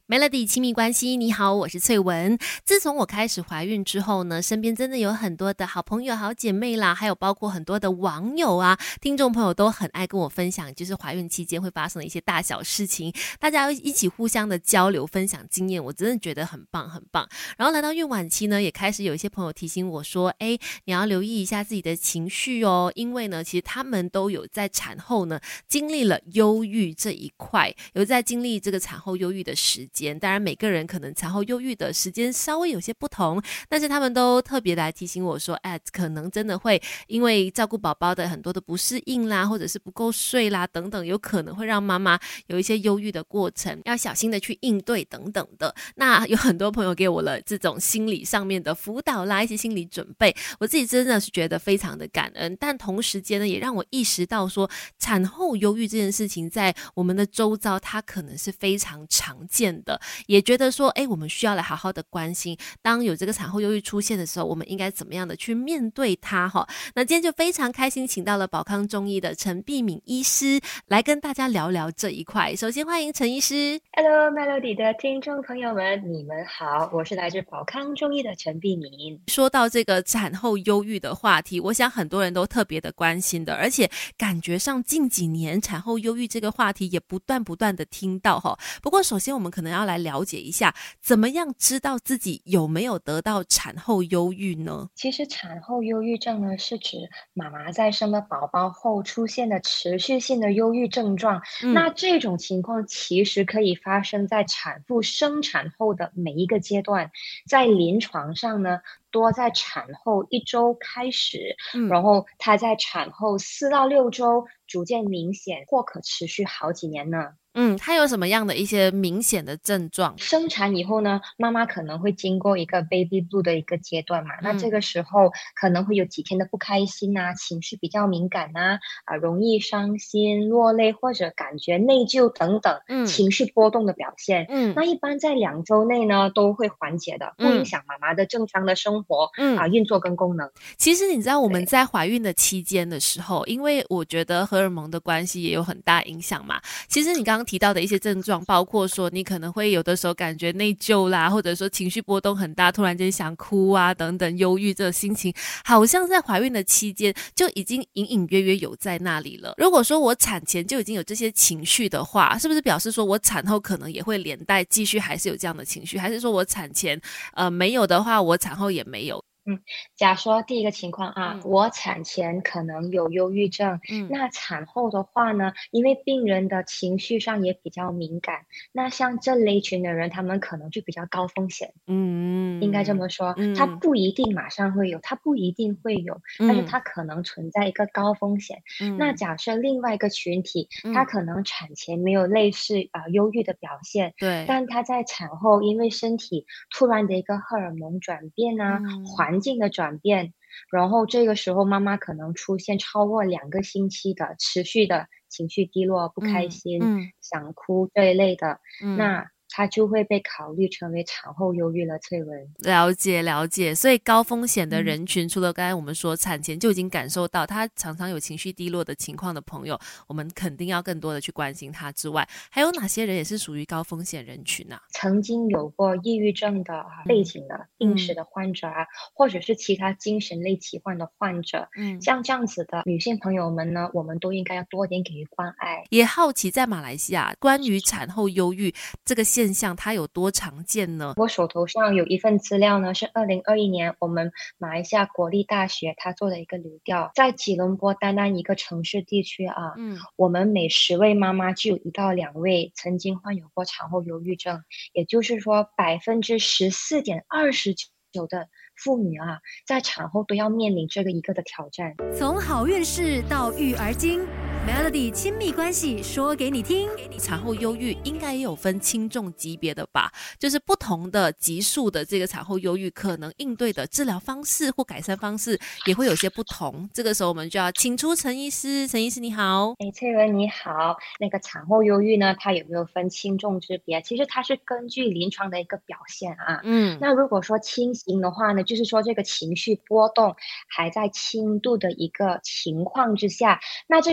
Melody 亲密关系，你好，我是翠文。自从我开始怀孕之后呢，身边真的有很多的好朋友、好姐妹啦，还有包括很多的网友啊、听众朋友都很爱跟我分享，就是怀孕期间会发生的一些大小事情，大家一起互相的交流、分享经验，我真的觉得很棒，很棒。然后来到孕晚期呢，也开始有一些朋友提醒我说，你要留意一下自己的情绪哦，因为呢，其实他们都有在产后呢经历了忧郁这一块，有在经历这个产后忧郁的时间。当然每个人可能产后忧郁的时间稍微有些不同，但是他们都特别来提醒我说，可能真的会因为照顾宝宝的很多的不适应啦，或者是不够睡啦等等，有可能会让妈妈有一些忧郁的过程，要小心的去应对等等的。那有很多朋友给我了这种心理上面的辅导啦，一些心理准备，我自己真的是觉得非常的感恩，但同时间呢，也让我意识到说，产后忧郁这件事情在我们的周遭，它可能是非常常见的，也觉得说，我们需要来好好的关心，当有这个产后忧郁出现的时候，我们应该怎么样的去面对它哈。那今天就非常开心，请到了宝康中医的陈碧敏医师来跟大家聊聊这一块。首先欢迎陈医师。 Hello Melody 的听众朋友们，你们好，我是来自宝康中医的陈碧敏。 说到这个产后忧郁的话题，我想很多人都特别的关心的，而且感觉上近几年产后忧郁这个话题也不断的听到哈。不过首先我们可能要来了解一下，怎么样知道自己有没有得到产后忧郁呢？ 其实产后忧郁症呢，是指妈妈在生了宝宝后出现的持续性的忧郁症状。那这种情况其实可以发生在产妇生产后的每一个阶段，在临床上呢，多在产后1周开始，然后它在产后4到6周逐渐明显，或可持续好几年呢。 它有什么样的一些明显的症状？ 生产以后呢，妈妈可能会经过一个 baby blue 的一个阶段嘛，那这个时候可能会有几天的不开心啊，情绪比较敏感啊，容易伤心、落泪或者感觉内疚等等，情绪波动的表现。那一般在2周内呢，都会缓解的，不影响妈妈的正常的生活运作跟功能。 其实你知道我们在怀孕的期间的时候，因为我觉得荷尔蒙的关系也有很大影响嘛。其实你刚刚提到的一些症状，包括说你可能会有的时候感觉内疚啦，或者说情绪波动很大，突然间想哭啊等等，忧郁这个心情，好像在怀孕的期间就已经隐隐约约有在那里了。如果说我产前就已经有这些情绪的话，是不是表示说我产后可能也会连带继续还是有这样的情绪，还是说我产前没有的话，我产后也没有？ 假说第一个情况我产前可能有忧郁症，那产后的话呢，因为病人的情绪上也比较敏感，那像这类群的人，他们可能就比较高风险。应该这么说，他不一定马上会有，他不一定会有，但是他可能存在一个高风险。那假设另外一个群体，他可能产前没有类似忧郁的表现， 对， 但他在产后因为身体突然的一个荷尔蒙转变环境的转变，然后这个时候妈妈可能出现超过2个星期的持续的情绪低落、不开心、想哭这一类的，那它就会被考虑成为产后忧郁了，翠文。 了解了解，所以高风险的人群，除了刚才我们说产前就已经感受到他常常有情绪低落的情况的朋友，我们肯定要更多的去关心他之外，还有哪些人也是属于高风险人群啊？ 曾经有过抑郁症的背景的病史的患者或者是其他精神类疾患的患者，像这样子的女性朋友们呢，我们都应该要多点给予关爱。 也好奇在马来西亚关于产后忧郁这个现象，它有多常见呢？ 我手头上有一份资料呢，是2021年我们马来西亚国立大学他做的一个流调，在吉隆坡单单一个城市地区我们每10位妈妈就有1到2位曾经患有过产后忧郁症，也就是说14.29%的妇女在产后都要面临这个一个的挑战。 从好运事到育儿经，Melody 亲密关系说给你听。 产后忧郁应该也有分轻重级别的吧，就是不同的级数的这个产后忧郁，可能应对的治疗方式或改善方式也会有些不同。这个时候我们就要请出陈医师。陈医师你好。 翠文你好。那个产后忧郁呢，它有没有分轻重之别？其实它是根据临床的一个表现那如果说轻型的话呢，就是说这个情绪波动还在轻度的一个情况之下，那这个时候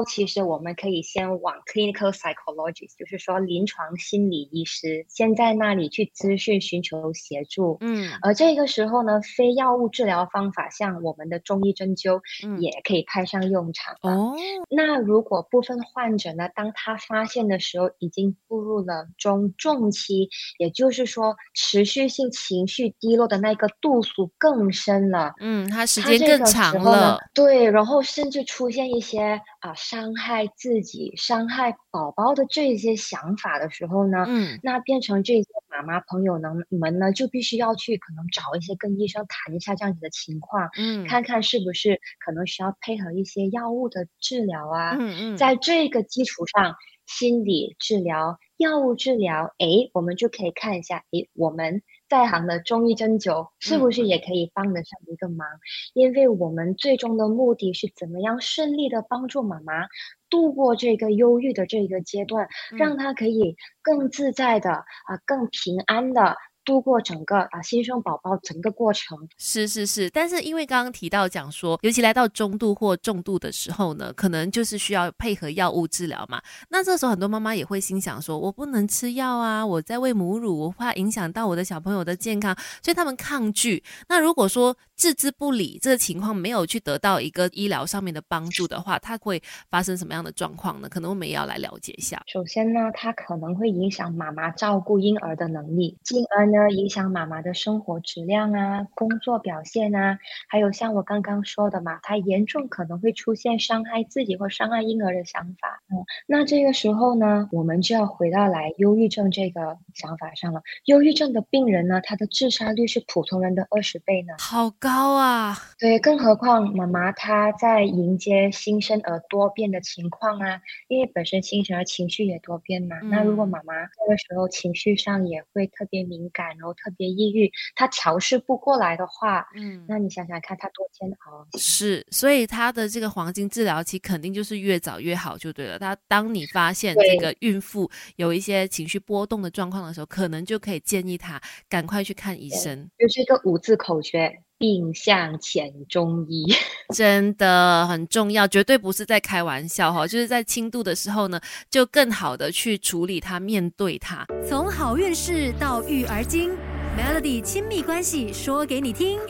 候其实我们可以先往 clinical psychologist， 就是说临床心理医师，先在那里去咨询寻求协助。而这个时候呢，非药物治疗方法像我们的中医针灸也可以派上用场了。那如果部分患者呢，当他发现的时候已经步入了中重期，也就是说持续性情绪低落的那个度数更深了， 他时间更长了， 对，然后甚至出现一些伤害自己、伤害宝宝的这些想法的时候呢，那变成这些妈妈朋友们呢，就必须要去可能找一些跟医生谈一下这样子的情况，看看是不是可能需要配合一些药物的治疗啊。在这个基础上，心理治疗、药物治疗，我们就可以看一下，我们在行的中医针灸是不是也可以帮得上一个忙？因为我们最终的目的是怎么样顺利的帮助妈妈度过这个忧郁的这个阶段，让她可以更自在的更平安的度过整个新生宝宝整个过程。 是，但是因为刚刚提到讲说，尤其来到中度或重度的时候呢，可能就是需要配合药物治疗嘛。那这时候很多妈妈也会心想说，我不能吃药啊，我在喂母乳，我怕影响到我的小朋友的健康，所以他们抗拒。那如果说置之不理，这个情况没有去得到一个医疗上面的帮助的话，它会发生什么样的状况呢？可能我们也要来了解一下。 首先呢，它可能会影响妈妈照顾婴儿的能力，进而呢影响妈妈的生活质量啊、工作表现啊，还有像我刚刚说的嘛，它严重可能会出现伤害自己或伤害婴儿的想法。那这个时候呢，我们就要回到来忧郁症这个想法上了。忧郁症的病人呢，他的自杀率是普通人的20倍呢， 好高啊！ 对，更何况妈妈她在迎接新生儿多变的情况啊，因为本身新生儿情绪也多变嘛。那如果妈妈这个时候情绪上也会特别敏感，然后特别抑郁，她调试不过来的话，那你想想看她多煎熬。 是，所以她的这个黄金治疗期肯定就是越早越好就对了。当你发现这个孕妇有一些情绪波动的状况的时候，可能就可以建议她赶快去看医生。 就是一个5字口诀，病向浅中医。 真的很重要，绝对不是在开玩笑哈，就是在轻度的时候呢，就更好的去处理它，面对它。 从好运势到育儿经 ，Melody 亲密关系说给你听。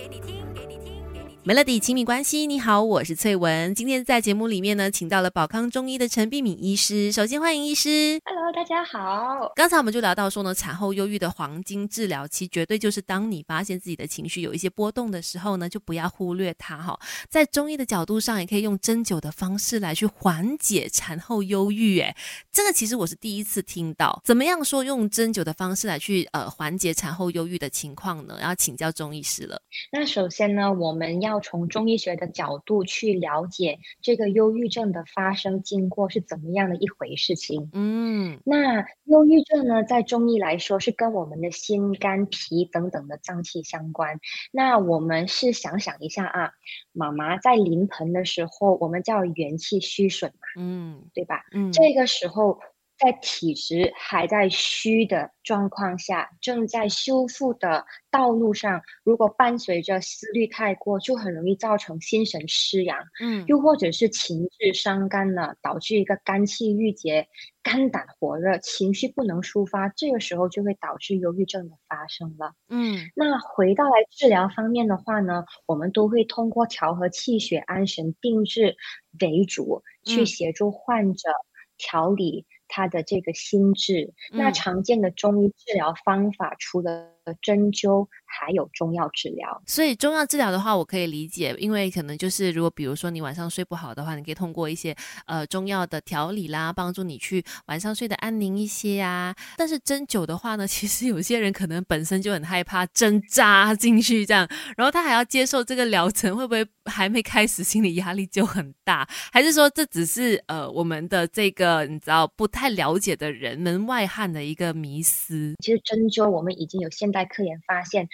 Melody 亲密关系，你好，我是翠文。今天在节目里面呢，请到了宝康中医的陈碧敏医师。首先欢迎医师。 Hello， 大家好。 刚才我们就聊到说呢，产后忧郁的黄金治疗期，绝对就是当你发现自己的情绪有一些波动的时候呢，就不要忽略它哈。在中医的角度上，也可以用针灸的方式来去缓解产后忧郁。这个其实我是第一次听到，怎么样说用针灸的方式来去缓解产后忧郁的情况呢？要请教中医师了。 那首先呢，我们要从中医学的角度去了解这个忧郁症的发生经过是怎么样的一回事情。那忧郁症呢，在中医来说是跟我们的心、肝、脾等等的脏器相关。那我们是想一下妈妈在临盆的时候，我们叫元气虚损嘛，对吧？这个时候在体质还在虚的状况下，正在修复的道路上，如果伴随着思虑太过，就很容易造成心神失养，又或者是情志伤肝了，导致一个肝气郁结、肝胆火热，情绪不能抒发，这个时候就会导致忧郁症的发生了。那回到来治疗方面的话呢，我们都会通过调和气血、安神定志为主，去协助患者调理他的这个心智。那常见的中医治疗方法，除了针灸，还有中药治疗。 所以中药治疗的话，我可以理解，因为可能就是如果比如说你晚上睡不好的话，你可以通过一些中药的调理啦，帮助你去晚上睡得安宁一些啊。但是针灸的话呢，其实有些人可能本身就很害怕针扎进去这样，然后他还要接受这个疗程，会不会还没开始心理压力就很大？还是说这只是我们的这个你知道不太了解的人门外汉的一个迷思？ 其实针灸我们已经有现代科研发现，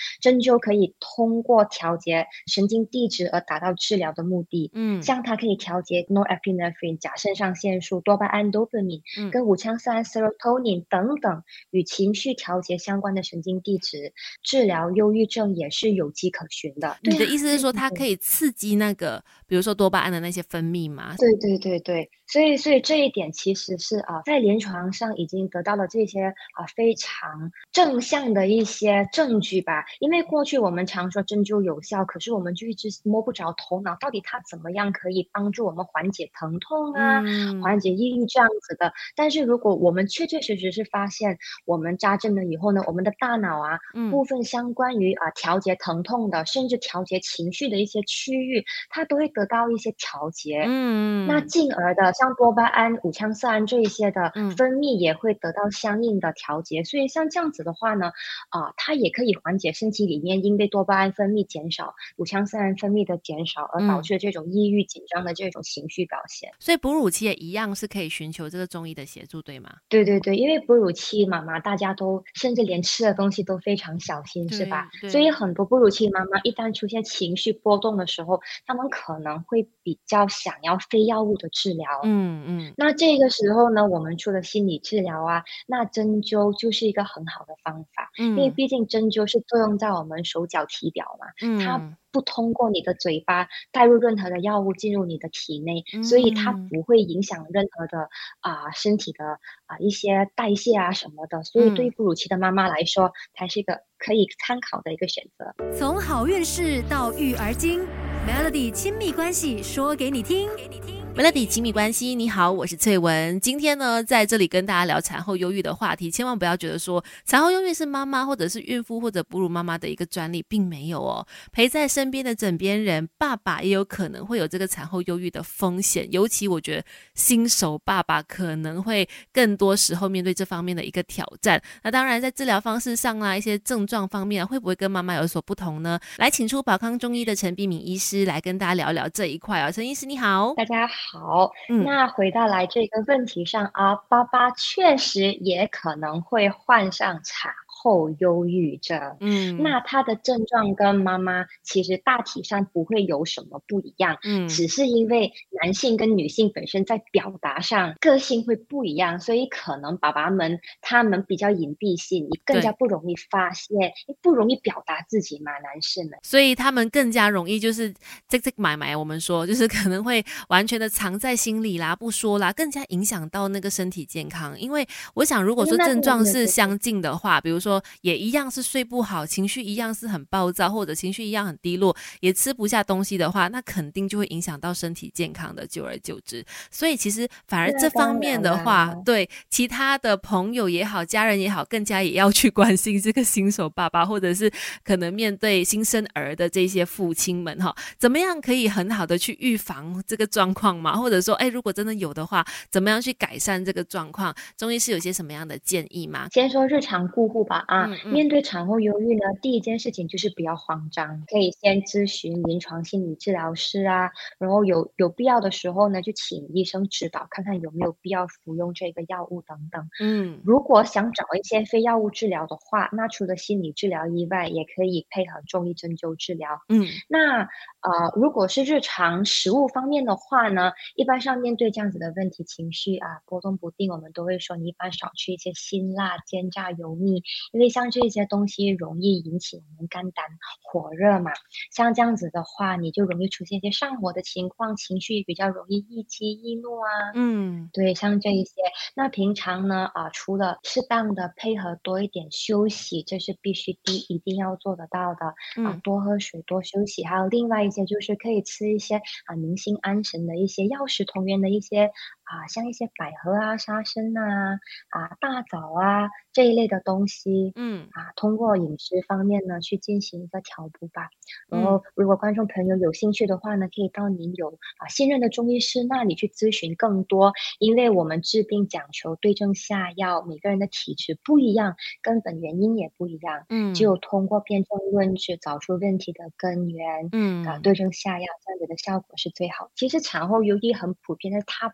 针灸可以通过调节神经递质而达到治疗的目的。像它可以调节 norepinephrine 甲肾上腺素、多巴胺 dopamine 跟五羟色胺 serotonin 等等与情绪调节相关的神经递质，治疗忧郁症也是有迹可循的。 你的意思是说它可以刺激那个比如说多巴胺的那些分泌吗？ 对对对对，所以这一点其实是在临床上已经得到了这些非常正向的一些证据吧。因为过去我们常说针灸有效，可是我们就一直摸不着头脑，到底它怎么样可以帮助我们缓解疼痛啊，缓解抑郁这样子的。但是如果我们确确实实是发现我们扎针了以后呢，我们的大脑部分相关于调节疼痛的，甚至调节情绪的一些区域，它都会得到一些调节。那进而的像多巴胺、五羟色胺这一些的分泌也会得到相应的调节。所以像这样子的话呢，它也可以缓解身体里面因为多巴胺分泌减少、五羟色胺分泌的减少而导致这种抑郁紧张的这种情绪表现。 所以哺乳期也一样是可以寻求这个中医的协助，对吗？ 对对对，因为哺乳期妈妈大家都甚至连吃的东西都非常小心，是吧？所以很多哺乳期妈妈一旦出现情绪波动的时候，她们可能会比较想要非药物的治疗。那这个时候呢，我们除了心理治疗那针灸就是一个很好的方法。因为毕竟针灸是作用在我们手脚体表嘛，它不通过你的嘴巴带入任何的药物进入你的体内，所以它不会影响任何的身体的一些代谢什么的。所以对于哺乳期的妈妈来说，它是一个可以参考的一个选择。 从好运势到育儿经 Melody 亲密关系说给你听。 Melody 亲密关系，你好，我是翠文。今天呢，在这里跟大家聊产后忧郁的话题，千万不要觉得说产后忧郁是妈妈或者是孕妇或者哺乳妈妈的一个专利，并没有哦。陪在身边的枕边人，爸爸也有可能会有这个产后忧郁的风险，尤其我觉得新手爸爸可能会更多时候面对这方面的一个挑战。那当然，在治疗方式上一些症状方面会不会跟妈妈有所不同呢？来，请出宝康中医的陈碧敏医师来跟大家聊聊这一块陈医师你好。 大家好。那回到来这个问题上爸爸确实也可能会患上产后忧郁症。那他的症状跟妈妈其实大体上不会有什么不一样，只是因为男性跟女性本身在表达上个性会不一样，所以可能爸爸们他们比较隐蔽性，你更加不容易发现，不容易表达自己嘛，男士们， 所以他们更加容易就是埋，我们说就是可能会完全的藏在心里啦，不说啦，更加影响到那个身体健康。因为我想如果说症状是相近的话，比如说也一样是睡不好，情绪一样是很暴躁，或者情绪一样很低落，也吃不下东西的话，那肯定就会影响到身体健康的，久而久之。所以其实反而这方面的话，对其他的朋友也好，家人也好，更加也要去关心这个新手爸爸，或者是可能面对新生儿的这些父亲们怎么样可以很好的去预防这个状况嘛？或者说如果真的有的话，怎么样去改善这个状况？中医师有些什么样的建议吗？ 先说日常顾护吧面对产后忧郁呢，第一件事情就是不要慌张，可以先咨询临床心理治疗师然后有必要的时候呢，就请医生指导，看看有没有必要服用这个药物等等。如果想找一些非药物治疗的话，那除了心理治疗以外，也可以配合中医针灸治疗。那如果是日常食物方面的话呢，一般上面对这样子的问题，情绪波动不定，我们都会说你一般少吃一些辛辣、煎炸、油腻，因为像这些东西容易引起我们肝胆火热嘛。像这样子的话，你就容易出现一些上火的情况，情绪比较容易易激易怒对，像这一些。那平常呢除了适当的配合多一点休息，这是必须一定要做得到的多喝水，多休息。还有另外一些就是可以吃一些宁心安神的一些药食同源的一些像一些百合沙参大枣这一类的东西通过饮食方面呢去进行一个调补吧。然后如果观众朋友有兴趣的话呢，可以到您有信任的中医师那里去咨询更多，因为我们治病讲求对症下药，每个人的体质不一样，根本原因也不一样只有通过辨证论治找出问题的根源对症下药，这样子的效果是最好。其实产后忧郁很普遍的，它不可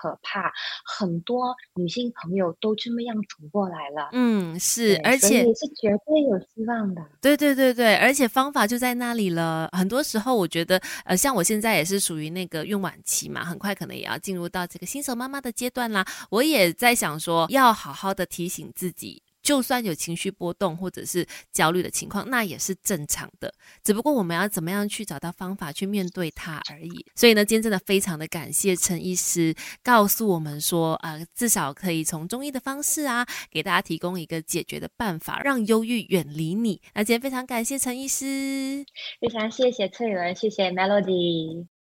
可怕，很多女性朋友都这么样走过来了。 是，而且所以是绝对有希望的。 对对对对，而且方法就在那里了。很多时候我觉得像我现在也是属于那个孕晚期嘛，很快可能也要进入到这个新手妈妈的阶段啦。我也在想说要好好的提醒自己，就算有情绪波动或者是焦虑的情况，那也是正常的，只不过我们要怎么样去找到方法去面对它而已。所以呢，今天真的非常的感谢陈医师告诉我们说至少可以从中医的方式啊，给大家提供一个解决的办法，让忧郁远离你。那今天非常感谢陈医师， 非常谢谢翠文，谢谢 Melody。